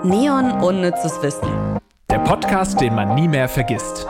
Neon Unnützes Wissen. Der Podcast, den man nie mehr vergisst.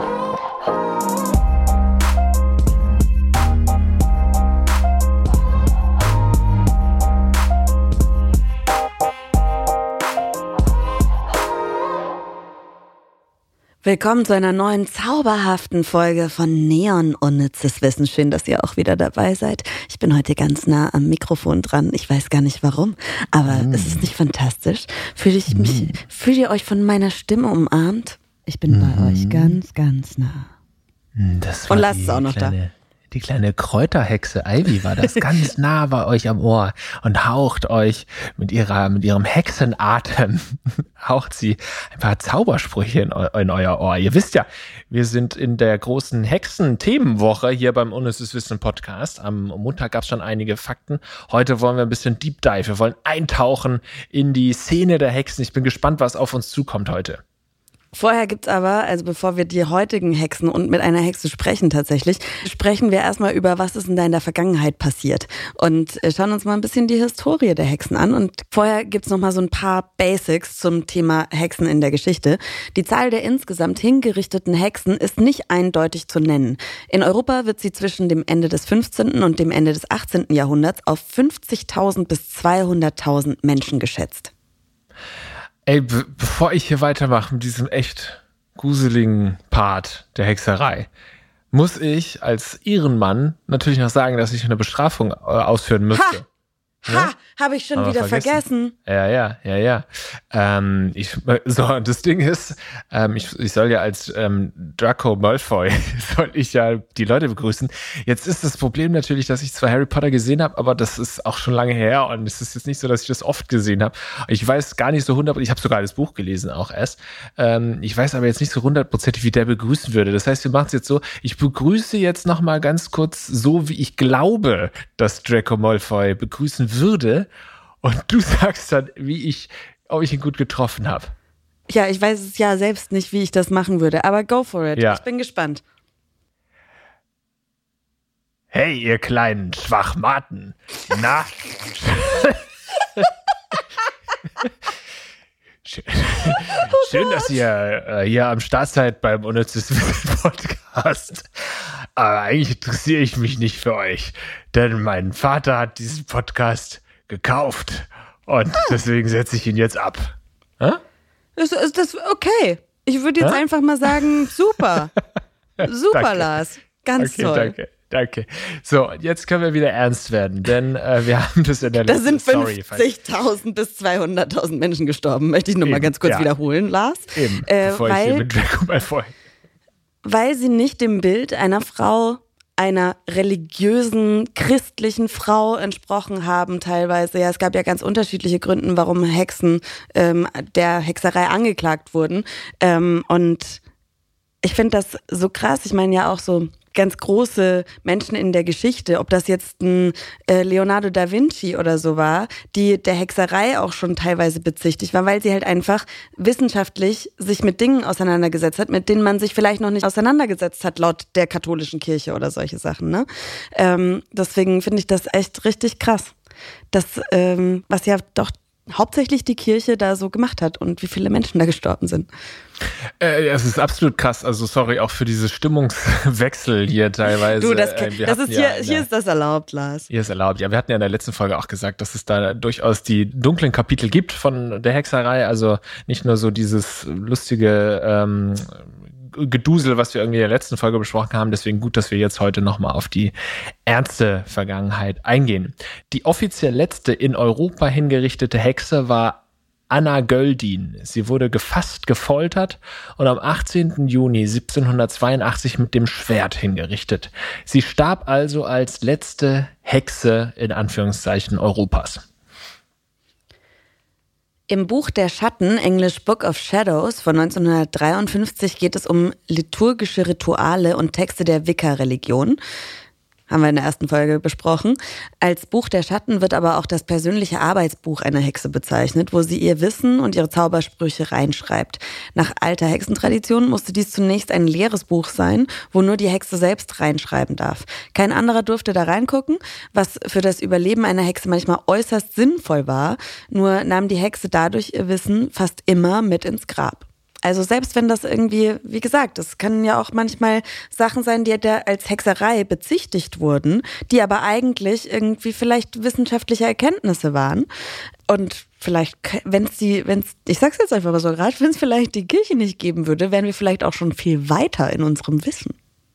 Willkommen zu einer neuen zauberhaften Folge von Neon Unnützes Wissen. Schön, dass ihr auch wieder dabei seid. Ich bin heute ganz nah am Mikrofon dran. Ich weiß gar nicht warum, aber es ist nicht fantastisch. Fühlt ihr euch von meiner Stimme umarmt? Ich bin bei euch ganz, ganz nah. Das war und lasst es auch noch da. Die kleine Kräuterhexe Ivy war das ganz nah bei euch am Ohr und haucht euch mit ihrem Hexenatem, haucht sie ein paar Zaubersprüche in euer Ohr. Ihr wisst ja, wir sind in der großen Hexen-Themenwoche hier beim Unnützes Wissen Podcast. Am Montag gab es schon einige Fakten. Heute wollen wir ein bisschen Deep Dive. Wir wollen eintauchen in die Szene der Hexen. Ich bin gespannt, was auf uns zukommt heute. Vorher gibt's aber, also bevor wir die heutigen Hexen und mit einer Hexe sprechen tatsächlich, sprechen wir erstmal über, was ist denn da in der Vergangenheit passiert und schauen uns mal ein bisschen die Historie der Hexen an. Und vorher gibt's noch mal so ein paar Basics zum Thema Hexen in der Geschichte. Die Zahl der insgesamt hingerichteten Hexen ist nicht eindeutig zu nennen. In Europa wird sie zwischen dem Ende des 15. und dem Ende des 18. Jahrhunderts auf 50.000 bis 200.000 Menschen geschätzt. Ey, bevor ich hier weitermache mit diesem echt gruseligen Part der Hexerei, muss ich als Ehrenmann natürlich noch sagen, dass ich eine Bestrafung ausführen müsste. Ha, habe ich schon wieder vergessen. Ja. Das Ding ist, ich soll ja als Draco Malfoy, soll ich ja die Leute begrüßen. Jetzt ist das Problem natürlich, dass ich zwar Harry Potter gesehen habe, aber das ist auch schon lange her und es ist jetzt nicht so, dass ich das oft gesehen habe. Ich weiß gar nicht so 100%, ich habe sogar das Buch gelesen auch erst. Ich weiß aber jetzt nicht so 100%, wie der begrüßen würde. Das heißt, wir machen es jetzt so, ich begrüße jetzt nochmal ganz kurz so, wie ich glaube, dass Draco Malfoy begrüßen würde und du sagst dann, ob ich ihn gut getroffen habe. Ja, ich weiß es ja selbst nicht, wie ich das machen würde, aber go for it. Ja. Ich bin gespannt. Hey, ihr kleinen Schwachmaten. Na? Schön, dass ihr hier am Start seid beim Unnützes Wissen Podcast. Aber eigentlich interessiere ich mich nicht für euch, denn mein Vater hat diesen Podcast gekauft und deswegen setze ich ihn jetzt ab. Das ist okay. Ich würde jetzt einfach mal sagen, super. Super, danke. Lars. Ganz toll. Danke. So, jetzt können wir wieder ernst werden, denn wir haben das in der letzten Story. Da sind 50.000 bis 200.000 Menschen gestorben, möchte ich nur mal ganz kurz wiederholen, Lars. Eben, bevor ich hier mit Draco Malfoy. Weil sie nicht dem Bild einer Frau, einer religiösen, christlichen Frau entsprochen haben teilweise. Ja, es gab ja ganz unterschiedliche Gründe, warum Hexen der Hexerei angeklagt wurden. Und ich finde das so krass. Ich meine ja auch so ganz große Menschen in der Geschichte, ob das jetzt ein Leonardo da Vinci oder so war, die der Hexerei auch schon teilweise bezichtigt war, weil sie halt einfach wissenschaftlich sich mit Dingen auseinandergesetzt hat, mit denen man sich vielleicht noch nicht auseinandergesetzt hat, laut der katholischen Kirche oder solche Sachen. Ne? Deswegen finde ich das echt richtig krass, das, was ja doch hauptsächlich die Kirche da so gemacht hat und wie viele Menschen da gestorben sind. Es ist absolut krass, also sorry, auch für diese Stimmungswechsel hier teilweise. Du, das ist hier ist das erlaubt, Lars. Hier ist erlaubt, ja, wir hatten ja in der letzten Folge auch gesagt, dass es da durchaus die dunklen Kapitel gibt von der Hexerei, also nicht nur so dieses lustige Gedusel, was wir irgendwie in der letzten Folge besprochen haben. Deswegen gut, dass wir jetzt heute nochmal auf die ernste Vergangenheit eingehen. Die offiziell letzte in Europa hingerichtete Hexe war Anna Göldin. Sie wurde gefasst, gefoltert und am 18. Juni 1782 mit dem Schwert hingerichtet. Sie starb also als letzte Hexe in Anführungszeichen Europas. Im Buch der Schatten, Englisch Book of Shadows von 1953, geht es um liturgische Rituale und Texte der Wicca-Religion. haben wir in der ersten Folge besprochen. Als Buch der Schatten wird aber auch das persönliche Arbeitsbuch einer Hexe bezeichnet, wo sie ihr Wissen und ihre Zaubersprüche reinschreibt. Nach alter Hexentradition musste dies zunächst ein leeres Buch sein, wo nur die Hexe selbst reinschreiben darf. Kein anderer durfte da reingucken, was für das Überleben einer Hexe manchmal äußerst sinnvoll war. Nur nahm die Hexe dadurch ihr Wissen fast immer mit ins Grab. Also selbst wenn das irgendwie, wie gesagt, das können ja auch manchmal Sachen sein, die da als Hexerei bezichtigt wurden, die aber eigentlich irgendwie vielleicht wissenschaftliche Erkenntnisse waren. Und vielleicht, ich sag's jetzt einfach mal so gerade, wenn es vielleicht die Kirche nicht geben würde, wären wir vielleicht auch schon viel weiter in unserem Wissen.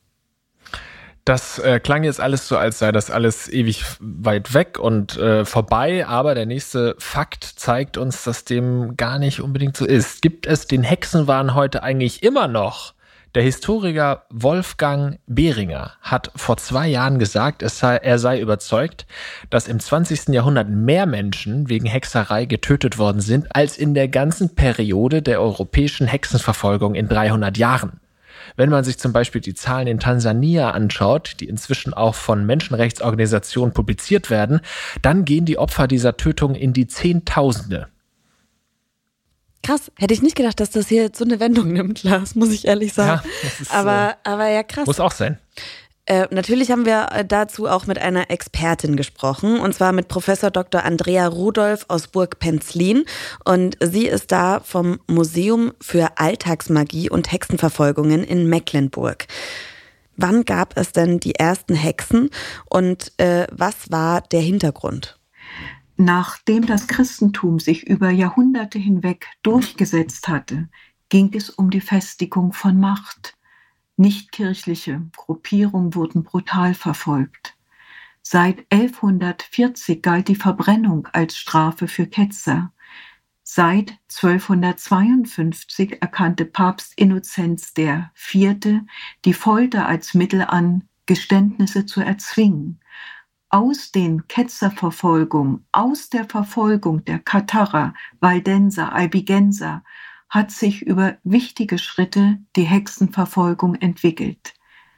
Das klang jetzt alles so, als sei das alles ewig weit weg und vorbei, aber der nächste Fakt zeigt uns, dass dem gar nicht unbedingt so ist. Gibt es den Hexenwahn heute eigentlich immer noch? Der Historiker Wolfgang Behringer hat vor 2 Jahren gesagt, er sei überzeugt, dass im 20. Jahrhundert mehr Menschen wegen Hexerei getötet worden sind, als in der ganzen Periode der europäischen Hexenverfolgung in 300 Jahren. Wenn man sich zum Beispiel die Zahlen in Tansania anschaut, die inzwischen auch von Menschenrechtsorganisationen publiziert werden, dann gehen die Opfer dieser Tötung in die Zehntausende. Krass, hätte ich nicht gedacht, dass das hier jetzt so eine Wendung nimmt, Lars, muss ich ehrlich sagen. Ja, das ist, aber ja, krass. Muss auch sein. Natürlich haben wir dazu auch mit einer Expertin gesprochen, und zwar mit Professor Dr. Andrea Rudolph aus Burg Penzlin. Und sie ist da vom Museum für Alltagsmagie und Hexenverfolgungen in Mecklenburg. Wann gab es denn die ersten Hexen und was war der Hintergrund? Nachdem das Christentum sich über Jahrhunderte hinweg durchgesetzt hatte, ging es um die Festigung von Macht. Nichtkirchliche Gruppierungen wurden brutal verfolgt. Seit 1140 galt die Verbrennung als Strafe für Ketzer. Seit 1252 erkannte Papst Innozenz IV. Die Folter als Mittel an, Geständnisse zu erzwingen. Aus den Ketzerverfolgungen, aus der Verfolgung der Katharer, Waldenser, Albigenser, hat sich über wichtige Schritte die Hexenverfolgung entwickelt.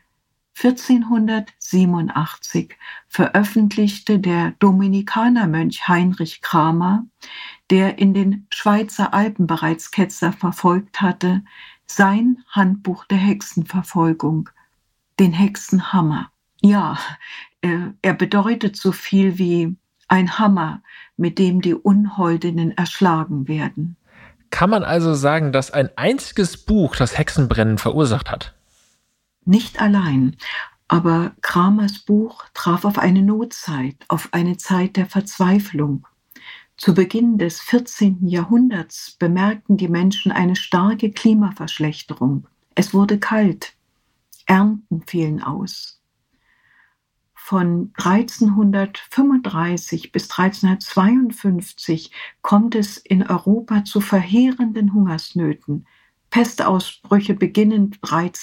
1487 veröffentlichte der Dominikanermönch Heinrich Kramer, der in den Schweizer Alpen bereits Ketzer verfolgt hatte, sein Handbuch der Hexenverfolgung, den Hexenhammer. Ja, er bedeutet so viel wie ein Hammer, mit dem die Unholdinnen erschlagen werden. Kann man also sagen, dass ein einziges Buch das Hexenbrennen verursacht hat? Nicht allein, aber Kramers Buch traf auf eine Notzeit, auf eine Zeit der Verzweiflung. Zu Beginn des 14. Jahrhunderts bemerkten die Menschen eine starke Klimaverschlechterung. Es wurde kalt, Ernten fielen aus. Von 1335 bis 1352 kommt es in Europa zu verheerenden Hungersnöten. Pestausbrüche beginnen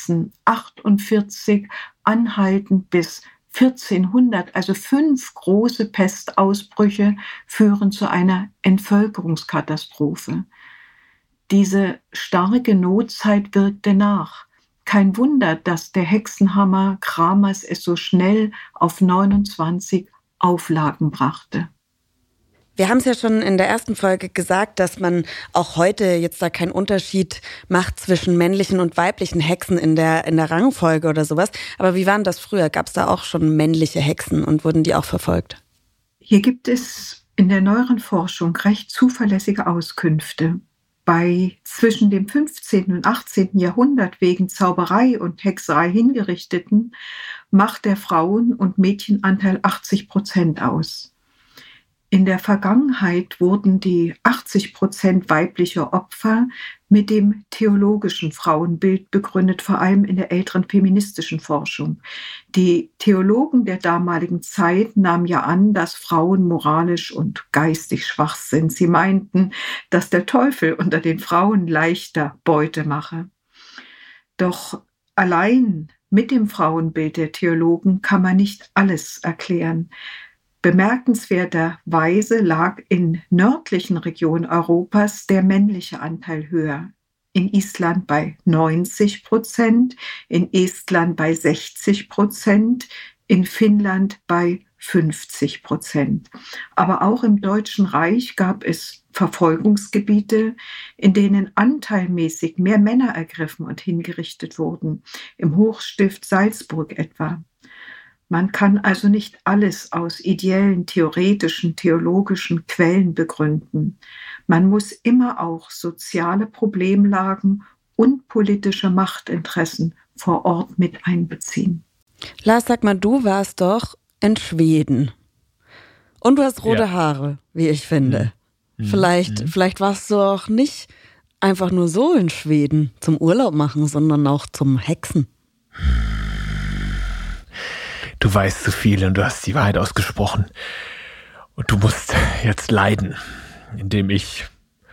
1348, anhaltend bis 1400, also 5 große Pestausbrüche führen zu einer Entvölkerungskatastrophe. Diese starke Notzeit wirkte nach. Kein Wunder, dass der Hexenhammer Kramers es so schnell auf 29 Auflagen brachte. Wir haben es ja schon in der ersten Folge gesagt, dass man auch heute jetzt da keinen Unterschied macht zwischen männlichen und weiblichen Hexen in der Rangfolge oder sowas. Aber wie waren das früher? Gab es da auch schon männliche Hexen und wurden die auch verfolgt? Hier gibt es in der neueren Forschung recht zuverlässige Auskünfte. Bei zwischen dem 15. und 18. Jahrhundert wegen Zauberei und Hexerei hingerichteten macht der Frauen- und Mädchenanteil 80% aus. In der Vergangenheit wurden die 80% weiblicher Opfer mit dem theologischen Frauenbild begründet, vor allem in der älteren feministischen Forschung. Die Theologen der damaligen Zeit nahmen ja an, dass Frauen moralisch und geistig schwach sind. Sie meinten, dass der Teufel unter den Frauen leichter Beute mache. Doch allein mit dem Frauenbild der Theologen kann man nicht alles erklären. Bemerkenswerterweise lag in nördlichen Regionen Europas der männliche Anteil höher. In Island bei 90%, in Estland bei 60%, in Finnland bei 50%. Aber auch im Deutschen Reich gab es Verfolgungsgebiete, in denen anteilmäßig mehr Männer ergriffen und hingerichtet wurden, im Hochstift Salzburg etwa. Man kann also nicht alles aus ideellen, theoretischen, theologischen Quellen begründen. Man muss immer auch soziale Problemlagen und politische Machtinteressen vor Ort mit einbeziehen. Lars, sag mal, du warst doch in Schweden. Und du hast rote Haare, wie ich finde. Vielleicht warst du auch nicht einfach nur so in Schweden zum Urlaub machen, sondern auch zum Hexen. Du weißt zu viel und du hast die Wahrheit ausgesprochen. Und du musst jetzt leiden, indem ich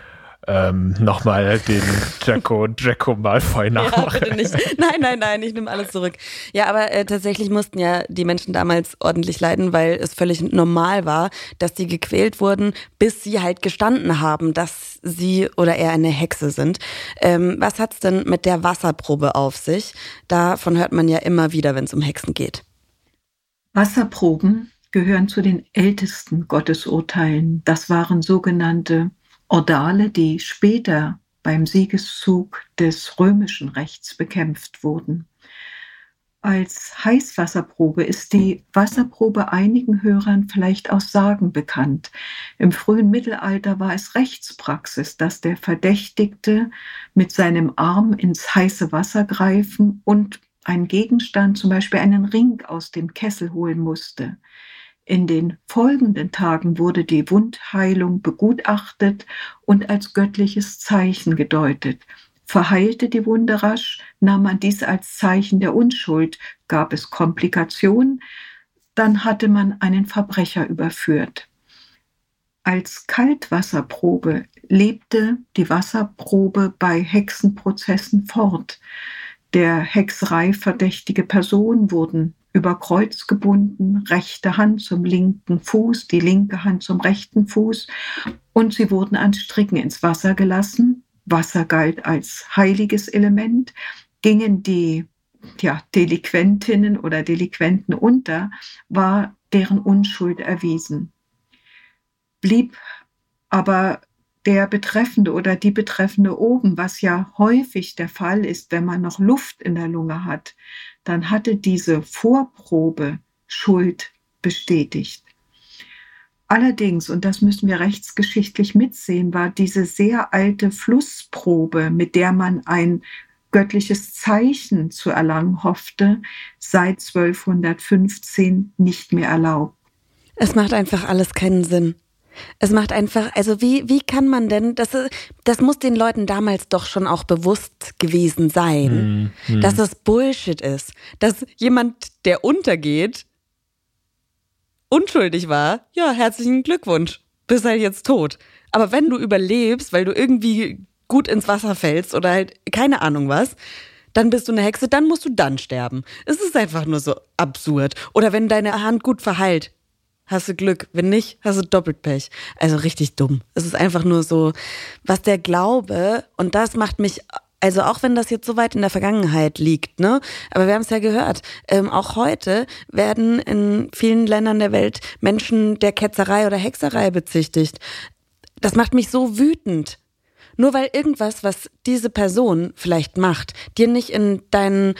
nochmal den Draco Malfoy nachmache. Ja, bitte nicht. Nein, ich nehme alles zurück. Ja, aber tatsächlich mussten ja die Menschen damals ordentlich leiden, weil es völlig normal war, dass die gequält wurden, bis sie halt gestanden haben, dass sie oder er eine Hexe sind. Was hat's denn mit der Wasserprobe auf sich? Davon hört man ja immer wieder, wenn es um Hexen geht. Wasserproben gehören zu den ältesten Gottesurteilen. Das waren sogenannte Ordale, die später beim Siegeszug des römischen Rechts bekämpft wurden. Als Heißwasserprobe ist die Wasserprobe einigen Hörern vielleicht aus Sagen bekannt. Im frühen Mittelalter war es Rechtspraxis, dass der Verdächtigte mit seinem Arm ins heiße Wasser greifen und einen Gegenstand, zum Beispiel einen Ring, aus dem Kessel holen musste. In den folgenden Tagen wurde die Wundheilung begutachtet und als göttliches Zeichen gedeutet. Verheilte die Wunde rasch, nahm man dies als Zeichen der Unschuld. Gab es Komplikationen, dann hatte man einen Verbrecher überführt. Als Kaltwasserprobe lebte die Wasserprobe bei Hexenprozessen fort. Der Hexerei verdächtige Personen wurden über Kreuz gebunden, rechte Hand zum linken Fuß, die linke Hand zum rechten Fuß, und sie wurden an Stricken ins Wasser gelassen. Wasser galt als heiliges Element. Gingen die Delinquentinnen oder Delinquenten unter, war deren Unschuld erwiesen. Blieb aber der Betreffende oder die Betreffende oben, was ja häufig der Fall ist, wenn man noch Luft in der Lunge hat, dann hatte diese Vorprobe Schuld bestätigt. Allerdings, und das müssen wir rechtsgeschichtlich mitsehen, war diese sehr alte Flussprobe, mit der man ein göttliches Zeichen zu erlangen hoffte, seit 1215 nicht mehr erlaubt. Es macht einfach alles keinen Sinn. Es macht einfach, also wie kann man denn, das muss den Leuten damals doch schon auch bewusst gewesen sein, dass es Bullshit ist, dass jemand, der untergeht, unschuldig war. Ja, herzlichen Glückwunsch, bist halt jetzt tot. Aber wenn du überlebst, weil du irgendwie gut ins Wasser fällst oder halt keine Ahnung was, dann bist du eine Hexe, dann musst du dann sterben. Es ist einfach nur so absurd. Oder wenn deine Hand gut verheilt, hast du Glück. Wenn nicht, hast du doppelt Pech. Also richtig dumm. Es ist einfach nur so, was der Glaube, und das macht mich, also auch wenn das jetzt so weit in der Vergangenheit liegt, ne? Aber wir haben es ja gehört, auch heute werden in vielen Ländern der Welt Menschen der Ketzerei oder Hexerei bezichtigt. Das macht mich so wütend. Nur weil irgendwas, was diese Person vielleicht macht, dir nicht in dein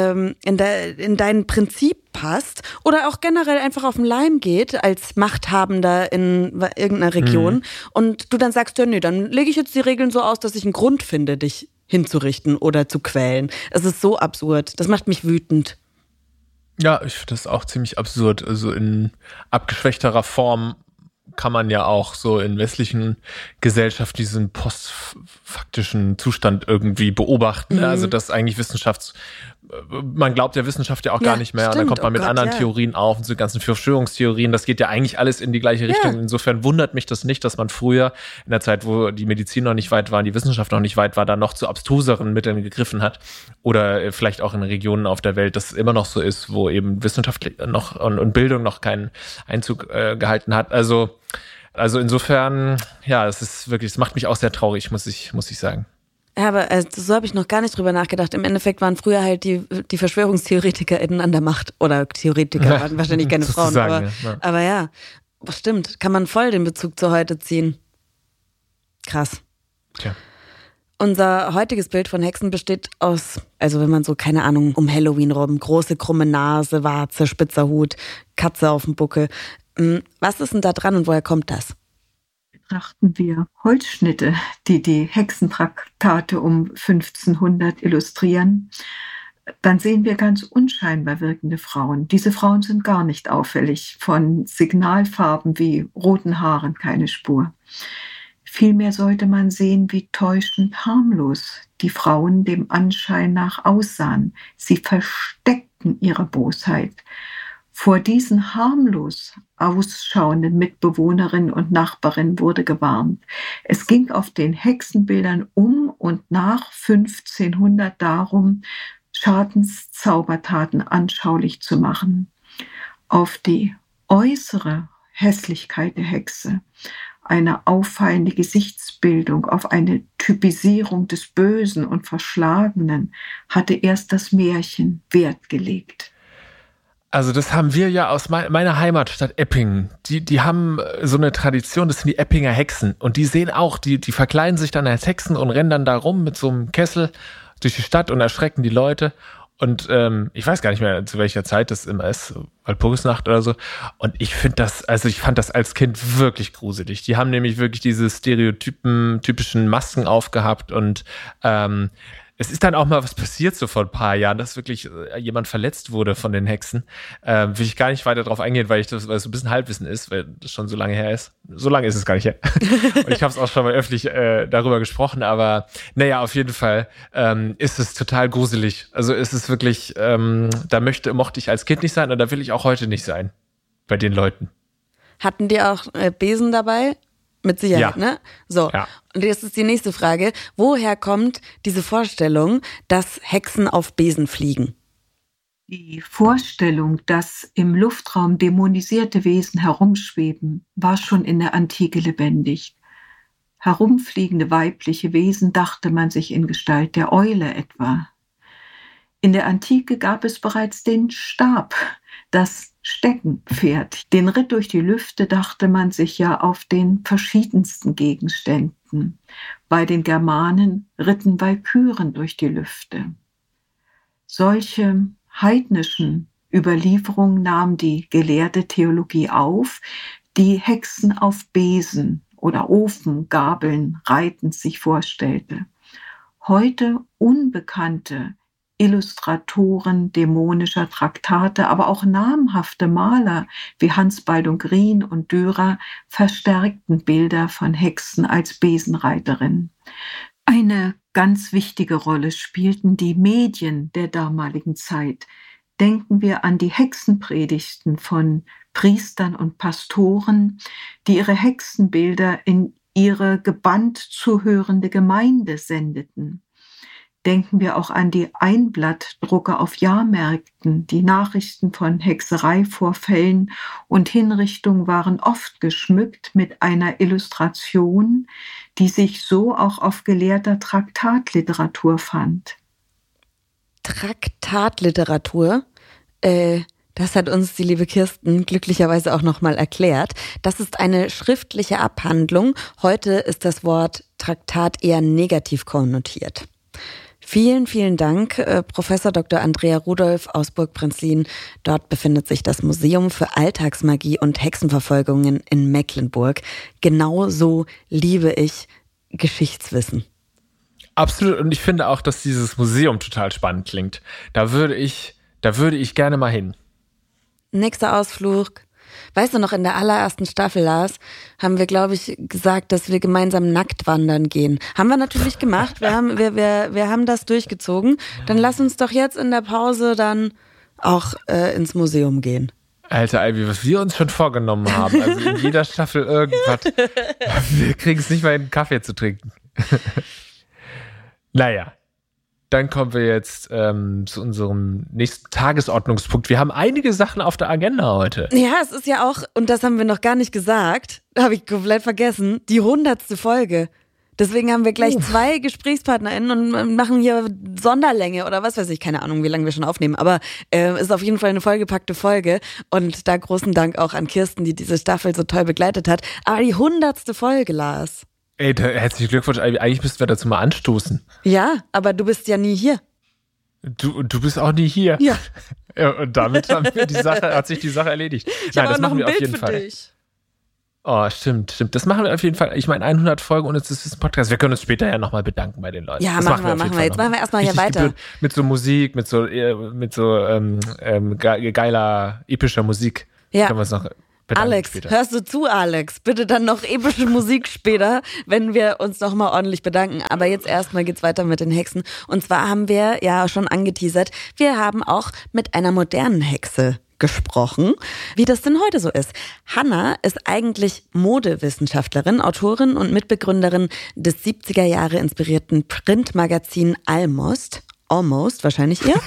Prinzip passt oder auch generell einfach auf den Leim geht als Machthabender in irgendeiner Region und du dann sagst, ja nee, dann lege ich jetzt die Regeln so aus, dass ich einen Grund finde, dich hinzurichten oder zu quälen. Es ist so absurd. Das macht mich wütend. Ja, ich finde das auch ziemlich absurd. Also in abgeschwächterer Form kann man ja auch so in westlichen Gesellschaften diesen postfaktischen Zustand irgendwie beobachten. Also dass eigentlich man glaubt der Wissenschaft ja auch gar nicht mehr. Stimmt, und dann kommt man mit anderen Theorien auf und so ganzen Verschwörungstheorien. Das geht ja eigentlich alles in die gleiche Richtung. Ja. Insofern wundert mich das nicht, dass man früher in der Zeit, wo die Medizin noch nicht weit war, die Wissenschaft noch nicht weit war, da noch zu abstruseren Mitteln gegriffen hat. Oder vielleicht auch in Regionen auf der Welt, das immer noch so ist, wo eben Wissenschaft noch und Bildung noch keinen Einzug gehalten hat. Also insofern, ja, es ist wirklich, es macht mich auch sehr traurig, muss ich sagen. Ja, aber so habe ich noch gar nicht drüber nachgedacht. Im Endeffekt waren früher halt die VerschwörungstheoretikerInnen an der Macht. Oder Theoretiker waren wahrscheinlich keine Frauen. Aber ja, stimmt. Kann man voll den Bezug zu heute ziehen. Krass. Tja. Unser heutiges Bild von Hexen besteht aus, also wenn man so, keine Ahnung, um Halloween rum, große krumme Nase, Warze, spitzer Hut, Katze auf dem Buckel. Was ist denn da dran und woher kommt das? Betrachten wir Holzschnitte, die die Hexentraktate um 1500 illustrieren, dann sehen wir ganz unscheinbar wirkende Frauen. Diese Frauen sind gar nicht auffällig, von Signalfarben wie roten Haaren keine Spur. Vielmehr sollte man sehen, wie täuschend harmlos die Frauen dem Anschein nach aussahen. Sie versteckten ihre Bosheit. Vor diesen harmlos ausschauenden Mitbewohnerinnen und Nachbarinnen wurde gewarnt. Es ging auf den Hexenbildern um und nach 1500 darum, Schadenszaubertaten anschaulich zu machen. Auf die äußere Hässlichkeit der Hexe, eine auffallende Gesichtsbildung, auf eine Typisierung des Bösen und Verschlagenen hatte erst das Märchen Wert gelegt. Also das haben wir ja aus meiner Heimatstadt Eppingen. Die haben so eine Tradition, das sind die Eppinger Hexen. Und die sehen auch, die verkleiden sich dann als Hexen und rennen dann da rum mit so einem Kessel durch die Stadt und erschrecken die Leute. Und ich weiß gar nicht mehr, zu welcher Zeit das immer ist, Walpurgisnacht oder so. Und ich fand das als Kind wirklich gruselig. Die haben nämlich wirklich diese typischen Masken aufgehabt und es ist dann auch mal was passiert, so vor ein paar Jahren, dass wirklich jemand verletzt wurde von den Hexen. Will ich gar nicht weiter drauf eingehen, weil es so ein bisschen Halbwissen ist, weil das schon so lange her ist. So lange ist es gar nicht her. Und ich habe es auch schon mal öffentlich darüber gesprochen, aber naja, auf jeden Fall ist es total gruselig. Also ist es wirklich, da mochte ich als Kind nicht sein und da will ich auch heute nicht sein bei den Leuten. Hatten die auch Besen dabei? Mit Sicherheit, ja. Ne? So, ja. Und jetzt ist die nächste Frage. Woher kommt diese Vorstellung, dass Hexen auf Besen fliegen? Die Vorstellung, dass im Luftraum dämonisierte Wesen herumschweben, war schon in der Antike lebendig. Herumfliegende weibliche Wesen dachte man sich in Gestalt der Eule etwa. In der Antike gab es bereits den Stab, das Steckenpferd. Den Ritt durch die Lüfte dachte man sich ja auf den verschiedensten Gegenständen. Bei den Germanen ritten Walküren durch die Lüfte. Solche heidnischen Überlieferungen nahm die gelehrte Theologie auf, die Hexen auf Besen oder Ofengabeln reitend sich vorstellte. Heute unbekannte Illustratoren dämonischer Traktate, aber auch namhafte Maler wie Hans Baldung Grien und Dürer verstärkten Bilder von Hexen als Besenreiterin. Eine ganz wichtige Rolle spielten die Medien der damaligen Zeit. Denken wir an die Hexenpredigten von Priestern und Pastoren, die ihre Hexenbilder in ihre gebannt zuhörende Gemeinde sendeten. Denken wir auch an die Einblattdrucke auf Jahrmärkten. Die Nachrichten von Hexereivorfällen und Hinrichtungen waren oft geschmückt mit einer Illustration, die sich so auch auf gelehrter Traktatliteratur fand. Traktatliteratur? Das hat uns die liebe Kirsten glücklicherweise auch nochmal erklärt. Das ist eine schriftliche Abhandlung. Heute ist das Wort Traktat eher negativ konnotiert. Vielen, vielen Dank, Professor Dr. Andrea Rudolph aus Burg Prenzlin. Dort befindet sich das Museum für Alltagsmagie und Hexenverfolgungen in Mecklenburg. Genauso liebe ich Geschichtswissen. Absolut. Und ich finde auch, dass dieses Museum total spannend klingt. Da würde ich gerne mal hin. Nächster Ausflug. Weißt du noch, in der allerersten Staffel, Lars, haben wir, glaube ich, gesagt, dass wir gemeinsam nackt wandern gehen. Haben wir natürlich gemacht. Wir haben das durchgezogen. Dann lass uns doch jetzt in der Pause dann auch ins Museum gehen. Alter Ivy, was wir uns schon vorgenommen haben. Also in jeder Staffel irgendwas. Wir kriegen es nicht mal einen Kaffee zu trinken. Naja. Dann kommen wir jetzt zu unserem nächsten Tagesordnungspunkt. Wir haben einige Sachen auf der Agenda heute. Ja, es ist ja auch, und das haben wir noch gar nicht gesagt, habe ich komplett vergessen, die 100. Folge. Deswegen haben wir gleich 2 GesprächspartnerInnen und machen hier Sonderlänge oder was weiß ich, keine Ahnung, wie lange wir schon aufnehmen, aber ist auf jeden Fall eine vollgepackte Folge und da großen Dank auch an Kirsten, die diese Staffel so toll begleitet hat. Aber die 100. Folge, Lars. Ey, herzlichen Glückwunsch, eigentlich müssten wir dazu mal anstoßen. Ja, aber du bist ja nie hier. Du bist auch nie hier. Ja. Ja, und damit hat sich die Sache erledigt. Ich habe noch ein Bild für dich. Oh, stimmt. Das machen wir auf jeden Fall. Ich meine, 100 Folgen und jetzt ist es ein Podcast. Wir können uns später ja nochmal bedanken bei den Leuten. Ja, machen wir. Jetzt machen wir erstmal hier weiter. Mit so Musik, mit so geiler, epischer Musik. Ja. Können wir uns noch bedanken Alex, später. hörst du zu, Alex? Bitte dann noch epische Musik später, wenn wir uns nochmal ordentlich bedanken. Aber jetzt erstmal geht's weiter mit den Hexen. Und zwar haben wir ja schon angeteasert, wir haben auch mit einer modernen Hexe gesprochen, wie das denn heute so ist. Hannah ist eigentlich Modewissenschaftlerin, Autorin und Mitbegründerin des 70er Jahre inspirierten Printmagazin Almost. Almost, wahrscheinlich ihr.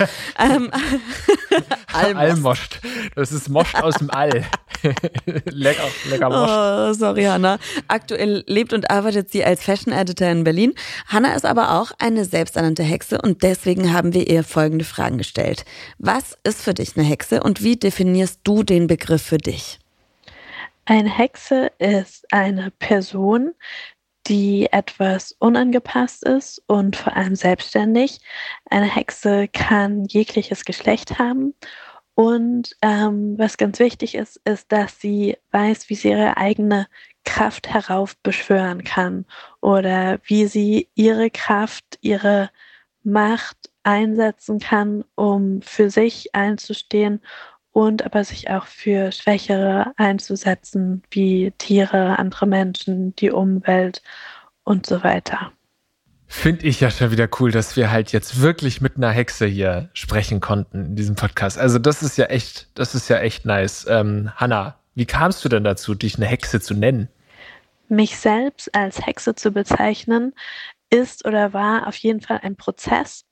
Almost. Das ist Most aus dem All. lecker Most. Oh, sorry, Hannah. Aktuell lebt und arbeitet sie als Fashion Editor in Berlin. Hannah ist aber auch eine selbsternannte Hexe und deswegen haben wir ihr folgende Fragen gestellt. Was ist für dich eine Hexe und wie definierst du den Begriff für dich? Eine Hexe ist eine Person, die etwas unangepasst ist und vor allem selbstständig. Eine Hexe kann jegliches Geschlecht haben und was ganz wichtig ist, dass sie weiß, wie sie ihre eigene Kraft heraufbeschwören kann oder wie sie ihre Kraft, ihre Macht einsetzen kann, um für sich einzustehen und aber sich auch für Schwächere einzusetzen, wie Tiere, andere Menschen, die Umwelt und so weiter. Finde ich ja schon wieder cool, dass wir halt jetzt wirklich mit einer Hexe hier sprechen konnten in diesem Podcast. Also das ist ja echt nice. Hannah, wie kamst du denn dazu, dich eine Hexe zu nennen? Mich selbst als Hexe zu bezeichnen, ist oder war auf jeden Fall ein Prozess.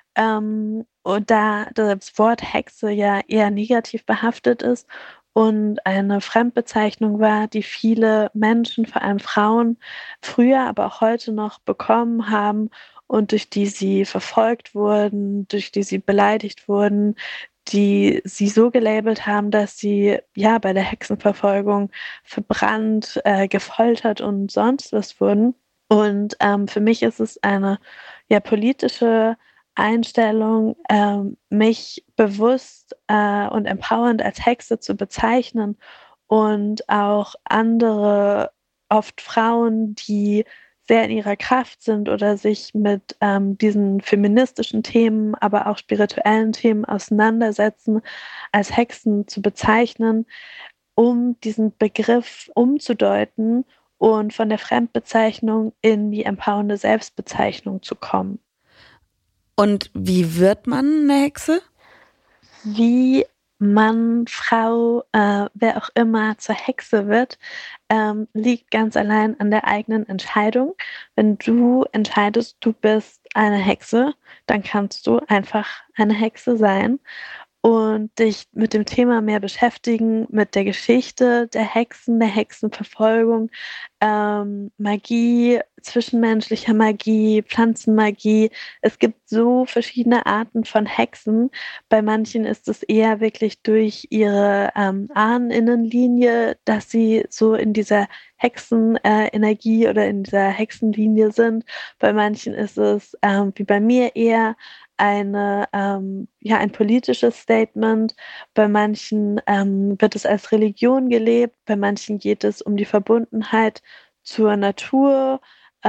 Und da das Wort Hexe ja eher negativ behaftet ist und eine Fremdbezeichnung war, die viele Menschen, vor allem Frauen, früher, aber auch heute noch bekommen haben und durch die sie verfolgt wurden, durch die sie beleidigt wurden, die sie so gelabelt haben, dass sie ja bei der Hexenverfolgung verbrannt, gefoltert und sonst was wurden. Und für mich ist es eine politische Einstellung, mich bewusst und empowernd als Hexe zu bezeichnen und auch andere, oft Frauen, die sehr in ihrer Kraft sind oder sich mit diesen feministischen Themen, aber auch spirituellen Themen auseinandersetzen, als Hexen zu bezeichnen, um diesen Begriff umzudeuten und von der Fremdbezeichnung in die empowernde Selbstbezeichnung zu kommen. Und wie wird man eine Hexe? Wie Mann, Frau, wer auch immer zur Hexe wird, liegt ganz allein an der eigenen Entscheidung. Wenn du entscheidest, du bist eine Hexe, dann kannst du einfach eine Hexe sein und dich mit dem Thema mehr beschäftigen, mit der Geschichte der Hexen, der Hexenverfolgung, Magie, zwischenmenschlicher Magie, Pflanzenmagie. Es gibt so verschiedene Arten von Hexen. Bei manchen ist es eher wirklich durch ihre Ahninnenlinie, dass sie so in dieser Hexenenergie oder in dieser Hexenlinie sind. Bei manchen ist es, wie bei mir, eher ein politisches Statement. Bei manchen wird es als Religion gelebt. Bei manchen geht es um die Verbundenheit zur Natur.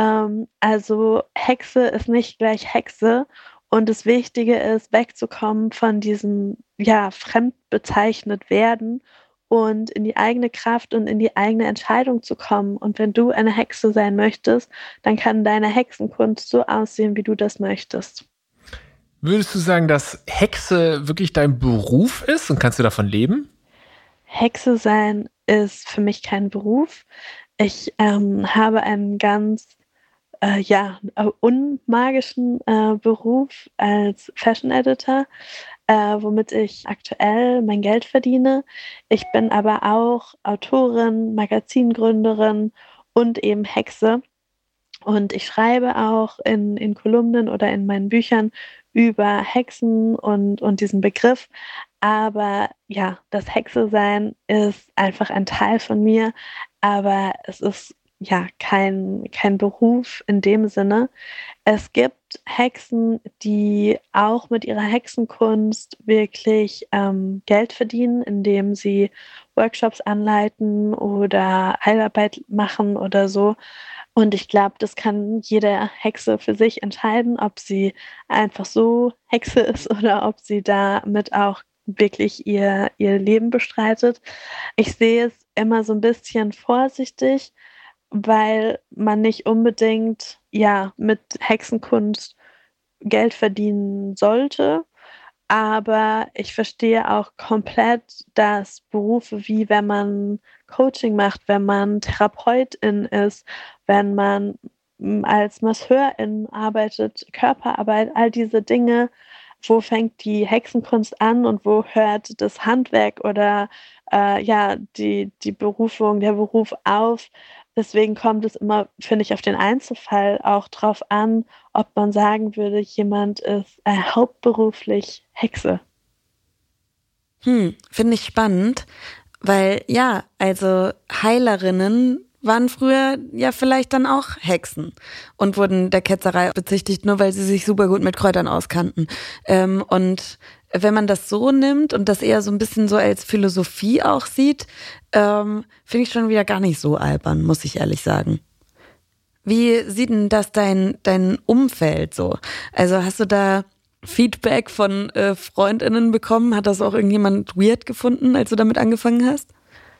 Also Hexe ist nicht gleich Hexe. Und das Wichtige ist, wegzukommen von diesem fremd bezeichnet werden und in die eigene Kraft und in die eigene Entscheidung zu kommen. Und wenn du eine Hexe sein möchtest, dann kann deine Hexenkunst so aussehen, wie du das möchtest. Würdest du sagen, dass Hexe wirklich dein Beruf ist und kannst du davon leben? Hexe sein ist für mich kein Beruf. Ich habe einen ganz unmagischen Beruf als Fashion Editor, womit ich aktuell mein Geld verdiene. Ich bin aber auch Autorin, Magazingründerin und eben Hexe. Und ich schreibe auch in Kolumnen oder in meinen Büchern über Hexen und diesen Begriff. Aber ja, das Hexe sein ist einfach ein Teil von mir, aber es ist ja kein Beruf in dem Sinne. Es gibt Hexen, die auch mit ihrer Hexenkunst wirklich Geld verdienen, indem sie Workshops anleiten oder Heilarbeit machen oder so. Und ich glaube, das kann jede Hexe für sich entscheiden, ob sie einfach so Hexe ist oder ob sie damit auch wirklich ihr Leben bestreitet. Ich sehe es immer so ein bisschen vorsichtig, weil man nicht unbedingt ja mit Hexenkunst Geld verdienen sollte. Aber ich verstehe auch komplett, dass Berufe wie wenn man Coaching macht, wenn man Therapeutin ist, wenn man als Masseurin arbeitet, Körperarbeit, all diese Dinge, wo fängt die Hexenkunst an und wo hört das Handwerk oder ja, die Berufung, der Beruf auf. Deswegen kommt es immer, finde ich, auf den Einzelfall auch drauf an, ob man sagen würde, jemand ist hauptberuflich Hexe. Finde ich spannend, weil ja, also Heilerinnen waren früher ja vielleicht dann auch Hexen und wurden der Ketzerei bezichtigt, nur weil sie sich super gut mit Kräutern auskannten. Und wenn man das so nimmt und das eher so ein bisschen so als Philosophie auch sieht, finde ich schon wieder gar nicht so albern, muss ich ehrlich sagen. Wie sieht denn das dein Umfeld so? Also hast du da Feedback von FreundInnen bekommen? Hat das auch irgendjemand weird gefunden, als du damit angefangen hast?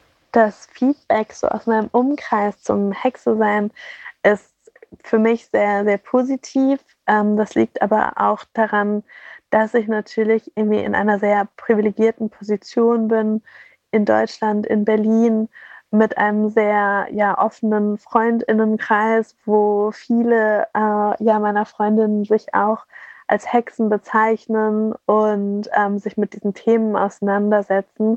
Das Feedback so aus meinem Umkreis zum Hexe-Sein ist für mich sehr, sehr positiv. Das liegt aber auch daran, dass ich natürlich irgendwie in einer sehr privilegierten Position bin, in Deutschland, in Berlin, mit einem sehr ja, offenen FreundInnenkreis, wo viele ja, meiner Freundinnen sich auch als Hexen bezeichnen und sich mit diesen Themen auseinandersetzen.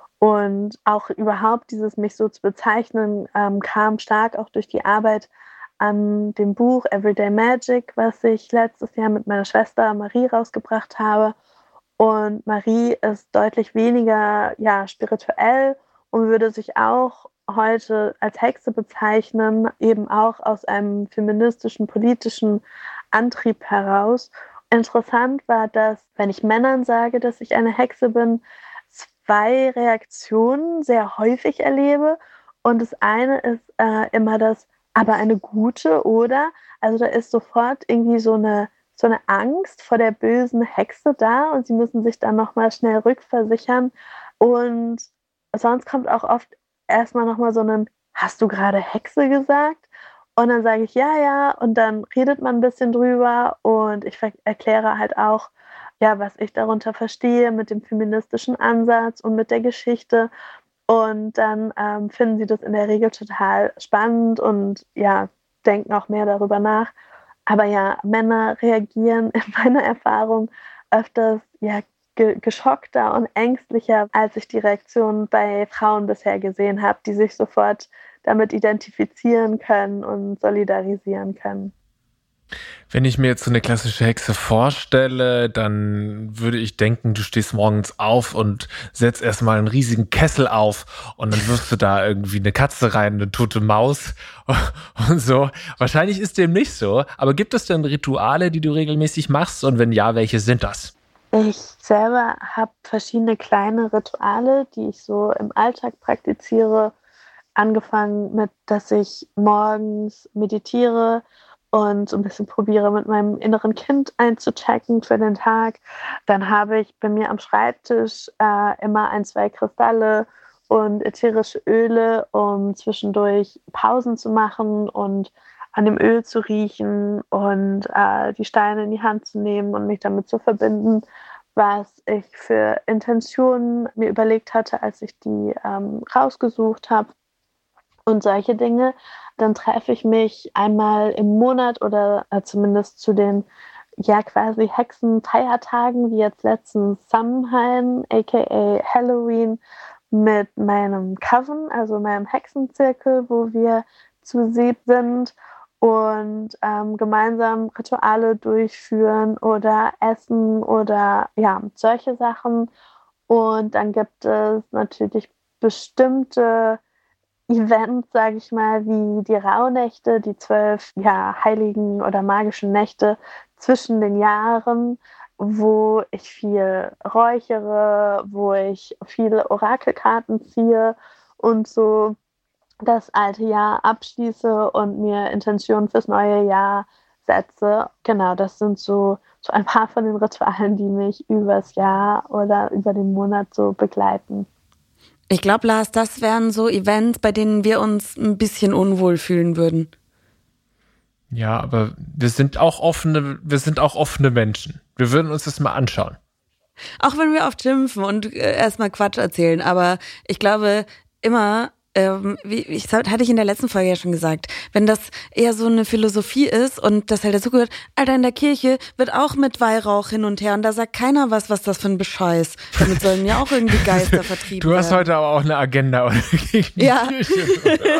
Und auch überhaupt dieses mich so zu bezeichnen, kam stark auch durch die Arbeit an dem Buch Everyday Magic, was ich letztes Jahr mit meiner Schwester Marie rausgebracht habe. Und Marie ist deutlich weniger ja, spirituell und würde sich auch heute als Hexe bezeichnen, eben auch aus einem feministischen, politischen Antrieb heraus. Interessant war, dass, wenn ich Männern sage, dass ich eine Hexe bin, zwei Reaktionen sehr häufig erlebe. Und das eine ist immer das, aber eine gute, oder? Also da ist sofort irgendwie so eine Angst vor der bösen Hexe da und sie müssen sich dann nochmal schnell rückversichern. Und sonst kommt auch oft erstmal nochmal so ein, hast du gerade Hexe gesagt? Und dann sage ich ja, ja. Und dann redet man ein bisschen drüber und ich erkläre halt auch, ja, was ich darunter verstehe mit dem feministischen Ansatz und mit der Geschichte. Und dann finden sie das in der Regel total spannend und ja, denken auch mehr darüber nach. Aber ja, Männer reagieren in meiner Erfahrung öfters ja, geschockter und ängstlicher, als ich die Reaktion bei Frauen bisher gesehen habe, die sich sofort damit identifizieren können und solidarisieren können. Wenn ich mir jetzt so eine klassische Hexe vorstelle, dann würde ich denken, du stehst morgens auf und setzt erstmal einen riesigen Kessel auf und dann wirfst du da irgendwie eine Katze rein, eine tote Maus und so. Wahrscheinlich ist dem nicht so, aber gibt es denn Rituale, die du regelmäßig machst und wenn ja, welche sind das? Ich selber habe verschiedene kleine Rituale, die ich so im Alltag praktiziere, angefangen mit, dass ich morgens meditiere und so ein bisschen probiere, mit meinem inneren Kind einzuchecken für den Tag. Dann habe ich bei mir am Schreibtisch immer 1, 2 Kristalle und ätherische Öle, um zwischendurch Pausen zu machen und an dem Öl zu riechen und die Steine in die Hand zu nehmen und mich damit zu verbinden, was ich für Intentionen mir überlegt hatte, als ich die rausgesucht habe. Und solche Dinge. Dann treffe ich mich einmal im Monat oder zumindest zu den ja quasi Hexenfeiertagen, wie jetzt letzten Samhain, aka Halloween, mit meinem Coven, also meinem Hexenzirkel, wo wir zu 7 sind. und gemeinsam Rituale durchführen oder essen oder ja, solche Sachen. Und dann gibt es natürlich bestimmte Events, sage ich mal, wie die Rauhnächte, die 12 heiligen oder magischen Nächte zwischen den Jahren, wo ich viel räuchere, wo ich viele Orakelkarten ziehe und so das alte Jahr abschließe und mir Intentionen fürs neue Jahr setze. Genau, das sind so ein paar von den Ritualen, die mich übers Jahr oder über den Monat so begleiten. Ich glaube, Lars, das wären so Events, bei denen wir uns ein bisschen unwohl fühlen würden. Ja, aber wir sind auch offene Menschen. Wir würden uns das mal anschauen. Auch wenn wir oft schimpfen und erstmal Quatsch erzählen, aber ich glaube immer, hatte ich in der letzten Folge ja schon gesagt, wenn das eher so eine Philosophie ist und das halt dazugehört, Alter, in der Kirche wird auch mit Weihrauch hin und her und da sagt keiner was das für ein Bescheiß. Damit sollen ja auch irgendwie Geister vertrieben werden. Du hast heute aber auch eine Agenda oder gegen die Kirche.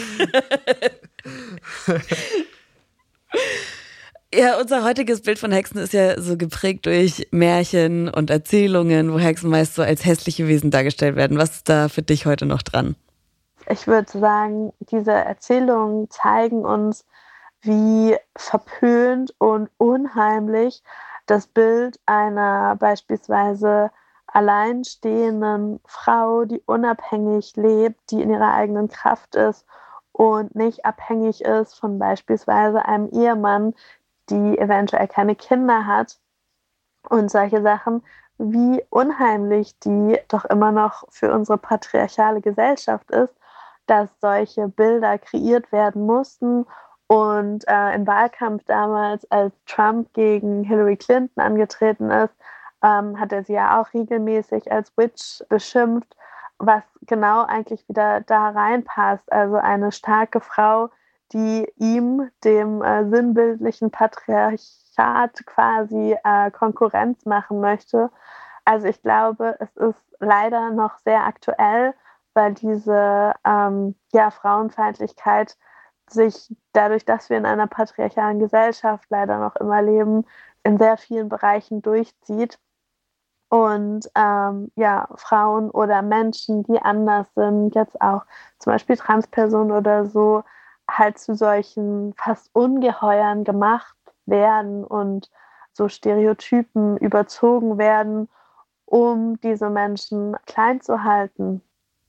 Ja, unser heutiges Bild von Hexen ist ja so geprägt durch Märchen und Erzählungen, wo Hexen meist so als hässliche Wesen dargestellt werden. Was ist da für dich heute noch dran? Ich würde sagen, diese Erzählungen zeigen uns, wie verpönt und unheimlich das Bild einer beispielsweise alleinstehenden Frau, die unabhängig lebt, die in ihrer eigenen Kraft ist und nicht abhängig ist von beispielsweise einem Ehemann, die eventuell keine Kinder hat und solche Sachen, wie unheimlich die doch immer noch für unsere patriarchale Gesellschaft ist, dass solche Bilder kreiert werden mussten. Und im Wahlkampf damals, als Trump gegen Hillary Clinton angetreten ist, hat er sie ja auch regelmäßig als Witch beschimpft, was genau eigentlich wieder da reinpasst. Also eine starke Frau, die ihm, dem sinnbildlichen Patriarchat quasi Konkurrenz machen möchte. Also ich glaube, es ist leider noch sehr aktuell, weil diese Frauenfeindlichkeit sich dadurch, dass wir in einer patriarchalen Gesellschaft leider noch immer leben, in sehr vielen Bereichen durchzieht. Und Frauen oder Menschen, die anders sind, jetzt auch zum Beispiel Transpersonen oder so, halt zu solchen fast Ungeheuern gemacht werden und so Stereotypen überzogen werden, um diese Menschen klein zu halten.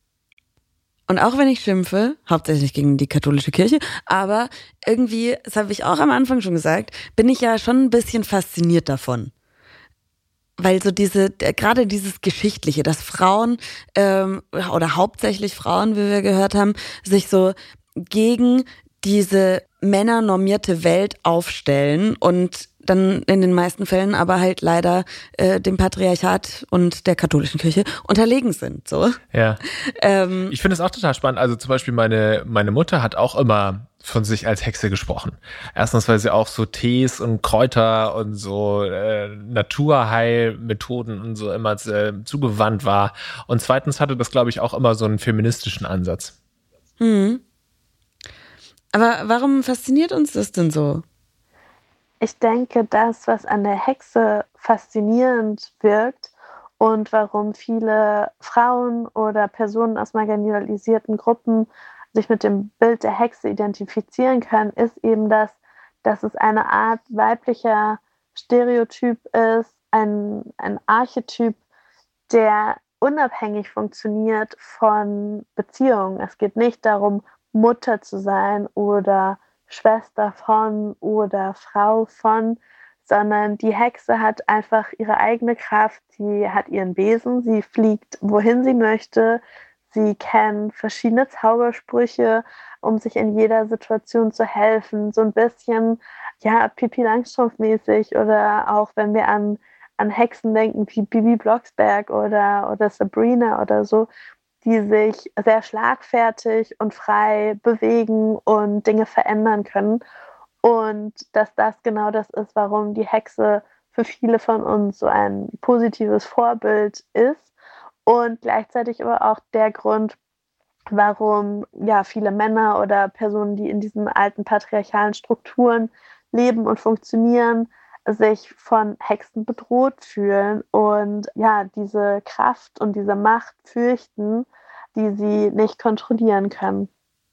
Und auch wenn ich schimpfe, hauptsächlich gegen die katholische Kirche, aber irgendwie, das habe ich auch am Anfang schon gesagt, bin ich ja schon ein bisschen fasziniert davon. Weil so gerade dieses Geschichtliche, dass Frauen oder hauptsächlich Frauen, wie wir gehört haben, sich so gegen diese männernormierte Welt aufstellen und dann in den meisten Fällen aber halt leider dem Patriarchat und der katholischen Kirche unterlegen sind. So. Ja. Ich finde es auch total spannend. Also zum Beispiel meine Mutter hat auch immer von sich als Hexe gesprochen. Erstens, weil sie auch so Tees und Kräuter und so Naturheilmethoden und so immer zugewandt war. Und zweitens hatte das, glaube ich, auch immer so einen feministischen Ansatz. Aber warum fasziniert uns das denn so? Ich denke, das, was an der Hexe faszinierend wirkt und warum viele Frauen oder Personen aus marginalisierten Gruppen sich mit dem Bild der Hexe identifizieren können, ist eben dass es eine Art weiblicher Stereotyp ist, ein Archetyp, der unabhängig funktioniert von Beziehungen. Es geht nicht darum, Mutter zu sein oder Schwester von oder Frau von, sondern die Hexe hat einfach ihre eigene Kraft, sie hat ihren Wesen, sie fliegt, wohin sie möchte, sie kennt verschiedene Zaubersprüche, um sich in jeder Situation zu helfen, so ein bisschen, Pippi Langstrumpf-mäßig oder auch wenn wir an Hexen denken wie Bibi Blocksberg oder Sabrina oder so, die sich sehr schlagfertig und frei bewegen und Dinge verändern können. Und dass das genau das ist, warum die Hexe für viele von uns so ein positives Vorbild ist. Und gleichzeitig aber auch der Grund, warum ja viele Männer oder Personen, die in diesen alten patriarchalen Strukturen leben und funktionieren, sich von Hexen bedroht fühlen und ja, diese Kraft und diese Macht fürchten, die sie nicht kontrollieren können.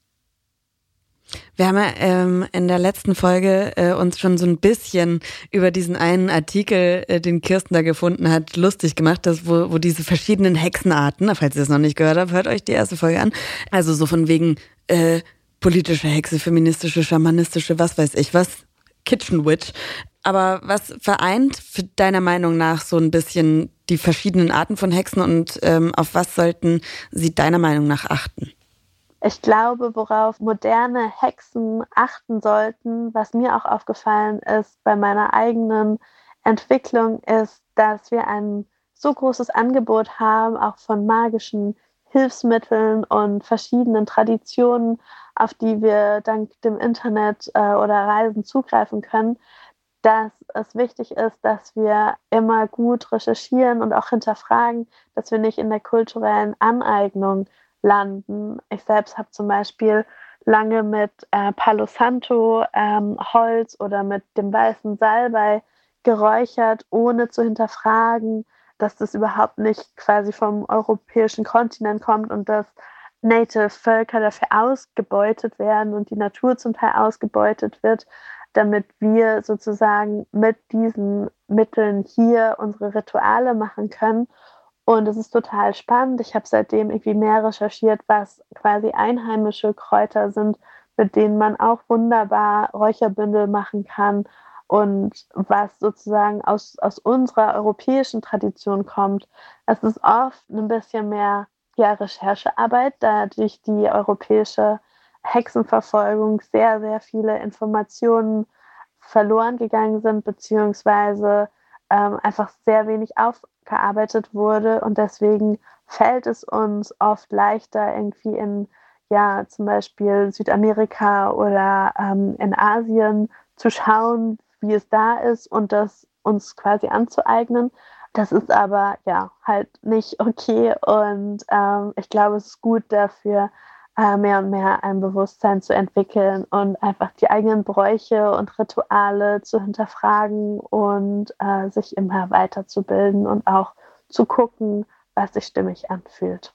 Wir haben ja in der letzten Folge uns schon so ein bisschen über diesen einen Artikel, den Kirsten da gefunden hat, lustig gemacht, wo diese verschiedenen Hexenarten, falls ihr es noch nicht gehört habt, hört euch die erste Folge an. Also so von wegen politische Hexe, feministische, schamanistische, was weiß ich was, Kitchen Witch. Aber was vereint für deiner Meinung nach so ein bisschen die verschiedenen Arten von Hexen und auf was sollten sie deiner Meinung nach achten? Ich glaube, worauf moderne Hexen achten sollten, was mir auch aufgefallen ist bei meiner eigenen Entwicklung, ist, dass wir ein so großes Angebot haben, auch von magischen Hilfsmitteln und verschiedenen Traditionen, auf die wir dank dem Internet oder Reisen zugreifen können, dass es wichtig ist, dass wir immer gut recherchieren und auch hinterfragen, dass wir nicht in der kulturellen Aneignung landen. Ich selbst habe zum Beispiel lange mit Palo Santo Holz oder mit dem weißen Salbei geräuchert, ohne zu hinterfragen, dass das überhaupt nicht quasi vom europäischen Kontinent kommt und dass Native-Völker dafür ausgebeutet werden und die Natur zum Teil ausgebeutet wird, damit wir sozusagen mit diesen Mitteln hier unsere Rituale machen können. Und es ist total spannend. Ich habe seitdem irgendwie mehr recherchiert, was quasi einheimische Kräuter sind, mit denen man auch wunderbar Räucherbündel machen kann und was sozusagen aus unserer europäischen Tradition kommt. Es ist oft ein bisschen mehr Recherchearbeit, da durch die europäische Hexenverfolgung sehr, sehr viele Informationen verloren gegangen sind, beziehungsweise einfach sehr wenig aufgearbeitet wurde. Und deswegen fällt es uns oft leichter, irgendwie in zum Beispiel Südamerika oder in Asien zu schauen, wie es da ist und das uns quasi anzueignen. Das ist aber halt nicht okay und ich glaube, es ist gut dafür, mehr und mehr ein Bewusstsein zu entwickeln und einfach die eigenen Bräuche und Rituale zu hinterfragen und sich immer weiterzubilden und auch zu gucken, was sich stimmig anfühlt.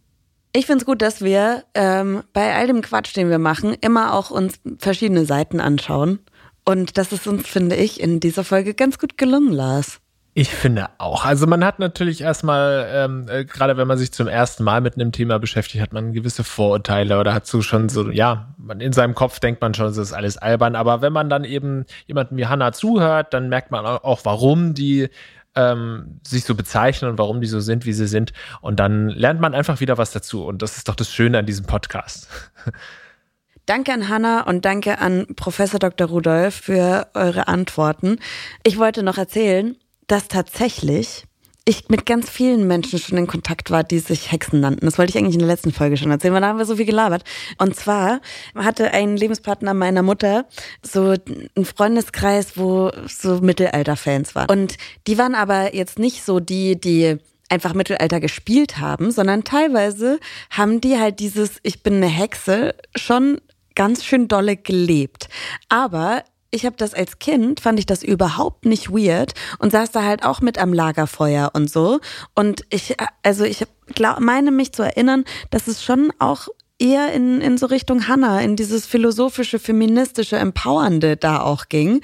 Ich finde es gut, dass wir bei all dem Quatsch, den wir machen, immer auch uns verschiedene Seiten anschauen. Und das ist uns, finde ich, in dieser Folge ganz gut gelungen, Lars. Ich finde auch. Also man hat natürlich erstmal, gerade wenn man sich zum ersten Mal mit einem Thema beschäftigt, hat man gewisse Vorurteile oder hat so schon so, in seinem Kopf denkt man schon, das ist alles albern. Aber wenn man dann eben jemandem wie Hannah zuhört, dann merkt man auch, warum die sich so bezeichnen und warum die so sind, wie sie sind. Und dann lernt man einfach wieder was dazu. Und das ist doch das Schöne an diesem Podcast. Danke an Hannah und danke an Professor Dr. Rudolph für eure Antworten. Ich wollte noch erzählen, dass tatsächlich ich mit ganz vielen Menschen schon in Kontakt war, die sich Hexen nannten. Das wollte ich eigentlich in der letzten Folge schon erzählen, weil da haben wir so viel gelabert. Und zwar hatte ein Lebenspartner meiner Mutter so einen Freundeskreis, wo so Mittelalter-Fans waren. Und die waren aber jetzt nicht so die einfach Mittelalter gespielt haben, sondern teilweise haben die halt dieses Ich bin eine Hexe schon ganz schön dolle gelebt. Aber ich habe das als Kind, fand ich das überhaupt nicht weird und saß da halt auch mit am Lagerfeuer und so. Und ich meine mich zu erinnern, dass es schon auch eher in so Richtung Hannah, in dieses philosophische, feministische, empowernde da auch ging.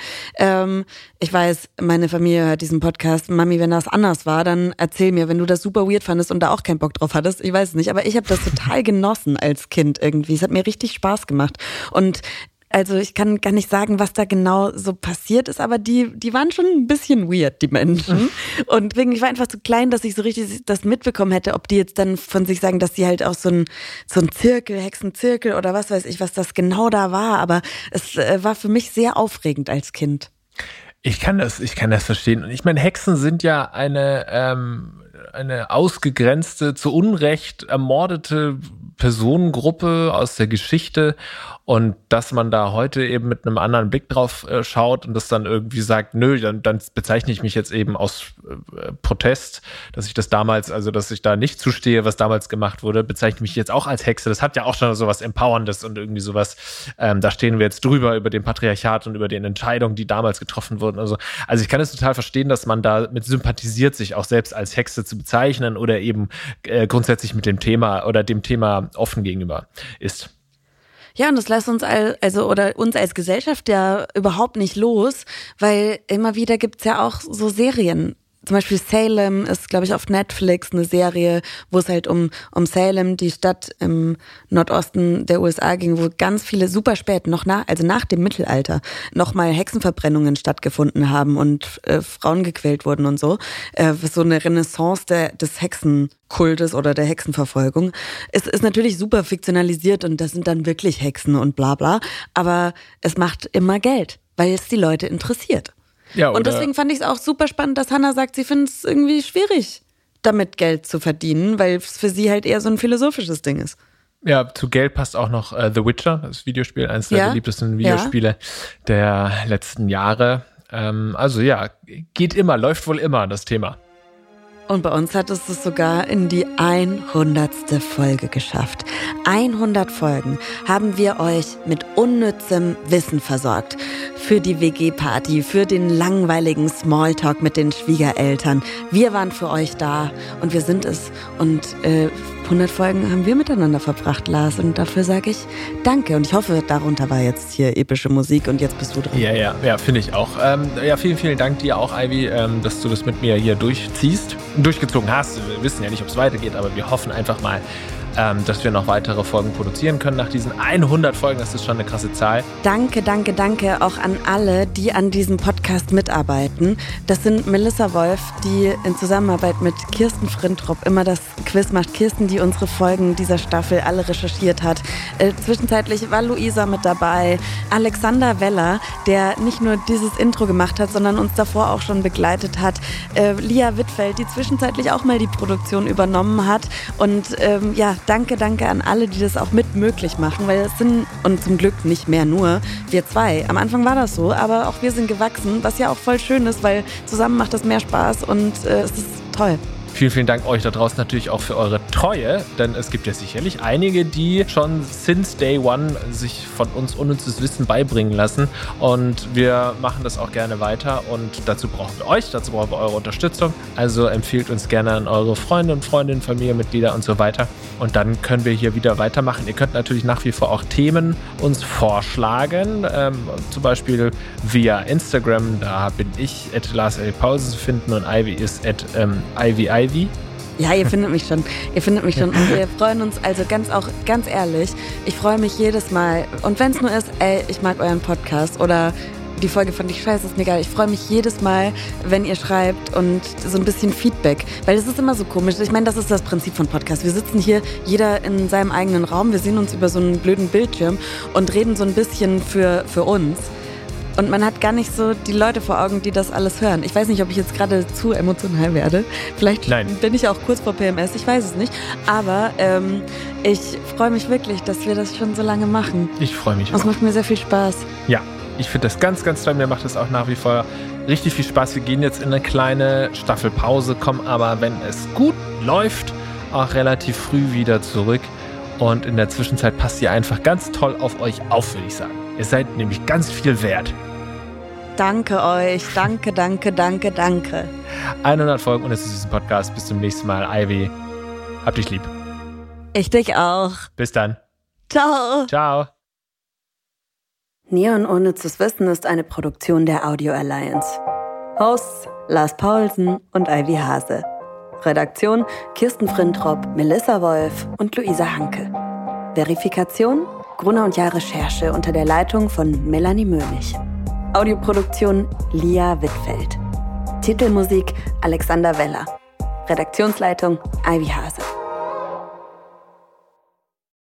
Ich weiß, meine Familie hört diesen Podcast. Mami, wenn das anders war, dann erzähl mir, wenn du das super weird fandest und da auch keinen Bock drauf hattest. Ich weiß es nicht, aber ich habe das total genossen als Kind irgendwie. Es hat mir richtig Spaß gemacht. Und also ich kann gar nicht sagen, was da genau so passiert ist, aber die waren schon ein bisschen weird, die Menschen. Und deswegen, ich war einfach zu klein, dass ich so richtig das mitbekommen hätte, ob die jetzt dann von sich sagen, dass sie halt auch so ein Zirkel, Hexenzirkel oder was weiß ich, was das genau da war. Aber es war für mich sehr aufregend als Kind. Ich kann das verstehen. Und ich meine, Hexen sind ja eine ausgegrenzte, zu Unrecht ermordete Personengruppe aus der Geschichte und dass man da heute eben mit einem anderen Blick drauf schaut und das dann irgendwie sagt, nö, dann bezeichne ich mich jetzt eben aus Protest, dass ich das damals, also dass ich da nicht zustehe, was damals gemacht wurde, bezeichne mich jetzt auch als Hexe. Das hat ja auch schon sowas Empowerndes und irgendwie sowas, da stehen wir jetzt drüber über den Patriarchat und über den Entscheidungen, die damals getroffen wurden. Also ich kann es total verstehen, dass man da mit sympathisiert, sich auch selbst als Hexe zu bezeichnen oder eben grundsätzlich mit dem Thema oder dem Thema offen gegenüber ist. Ja, und das lässt uns uns als Gesellschaft ja überhaupt nicht los, weil immer wieder gibt's ja auch so Serien. Zum Beispiel Salem ist, glaube ich, auf Netflix eine Serie, wo es halt um Salem, die Stadt im Nordosten der USA ging, wo ganz viele super spät, nach dem Mittelalter, nochmal Hexenverbrennungen stattgefunden haben und Frauen gequält wurden und so. So eine Renaissance des Hexenkultes oder der Hexenverfolgung. Es ist natürlich super fiktionalisiert und das sind dann wirklich Hexen und bla bla, aber es macht immer Geld, weil es die Leute interessiert. Ja, und deswegen fand ich es auch super spannend, dass Hannah sagt, sie findet es irgendwie schwierig, damit Geld zu verdienen, weil es für sie halt eher so ein philosophisches Ding ist. Ja, zu Geld passt auch noch The Witcher, das Videospiel, eines der beliebtesten Videospiele der letzten Jahre. Geht immer, läuft wohl immer, das Thema. Und bei uns hat es sogar in die 100. Folge geschafft. 100 Folgen haben wir euch mit unnützem Wissen versorgt. Für die WG-Party, für den langweiligen Smalltalk mit den Schwiegereltern. Wir waren für euch da und wir sind es. Und 100 Folgen haben wir miteinander verbracht, Lars. Und dafür sage ich Danke. Und ich hoffe, darunter war jetzt hier epische Musik und jetzt bist du dran. Ja, finde ich auch. Vielen, vielen Dank dir auch, Ivy, dass du das mit mir hier durchgezogen hast. Wir wissen ja nicht, ob es weitergeht, aber wir hoffen einfach mal, dass wir noch weitere Folgen produzieren können nach diesen 100 Folgen. Das ist schon eine krasse Zahl. Danke auch an alle, die an diesem Podcast mitarbeiten. Das sind Melissa Wolf, die in Zusammenarbeit mit Kirsten Frintrop immer das Quiz macht. Kirsten, die unsere Folgen dieser Staffel alle recherchiert hat. Zwischenzeitlich war Luisa mit dabei. Alexander Weller, der nicht nur dieses Intro gemacht hat, sondern uns davor auch schon begleitet hat. Lia Wittfeld, die zwischenzeitlich auch mal die Produktion übernommen hat. Und danke an alle, die das auch mit möglich machen, weil es sind, und zum Glück nicht mehr nur, wir zwei. Am Anfang war das so, aber auch wir sind gewachsen, was ja auch voll schön ist, weil zusammen macht das mehr Spaß und es ist toll. Vielen, vielen Dank euch da draußen natürlich auch für eure Treue, denn es gibt ja sicherlich einige, die schon since day one sich von uns unnützes Wissen beibringen lassen und wir machen das auch gerne weiter und dazu brauchen wir euch, dazu brauchen wir eure Unterstützung, also empfehlt uns gerne an eure Freunde und Freundinnen, Familienmitglieder und so weiter und dann können wir hier wieder weitermachen. Ihr könnt natürlich nach wie vor auch Themen uns vorschlagen, zum Beispiel via Instagram, da bin ich @LarsLPause zu finden und Ivy ist @IvyIvy. Ja, ihr findet mich schon. Und wir freuen uns also ganz ehrlich, ich freue mich jedes Mal. Und wenn es nur ist, ich mag euren Podcast oder die Folge fand ich scheiße, ist mir egal. Ich freue mich jedes Mal, wenn ihr schreibt und so ein bisschen Feedback. Weil es ist immer so komisch. Ich meine, das ist das Prinzip von Podcasts. Wir sitzen hier, jeder in seinem eigenen Raum. Wir sehen uns über so einen blöden Bildschirm und reden so ein bisschen für uns. Und man hat gar nicht so die Leute vor Augen, die das alles hören. Ich weiß nicht, ob ich jetzt gerade zu emotional werde. Vielleicht bin ich auch kurz vor PMS, ich weiß es nicht. Aber ich freue mich wirklich, dass wir das schon so lange machen. Ich freue mich auch. Das macht mir sehr viel Spaß. Ja, ich finde das ganz, ganz toll. Mir macht das auch nach wie vor richtig viel Spaß. Wir gehen jetzt in eine kleine Staffelpause, kommen aber, wenn es gut läuft, auch relativ früh wieder zurück. Und in der Zwischenzeit passt ihr einfach ganz toll auf euch auf, würde ich sagen. Ihr seid nämlich ganz viel wert. Danke euch. Danke. 100 Folgen und es ist ein Podcast. Bis zum nächsten Mal. Ivy, hab dich lieb. Ich dich auch. Bis dann. Ciao. Neon Unnützes Wissen ist eine Produktion der Audio Alliance. Hosts Lars Paulsen und Ivy Hase. Redaktion Kirsten Frintrop, Melissa Wolf und Luisa Hanke. Verifikation Gruner & Jahr Recherche unter der Leitung von Melanie Möhlich. Audioproduktion Lia Wittfeld. Titelmusik Alexander Weller. Redaktionsleitung Ivy Hase.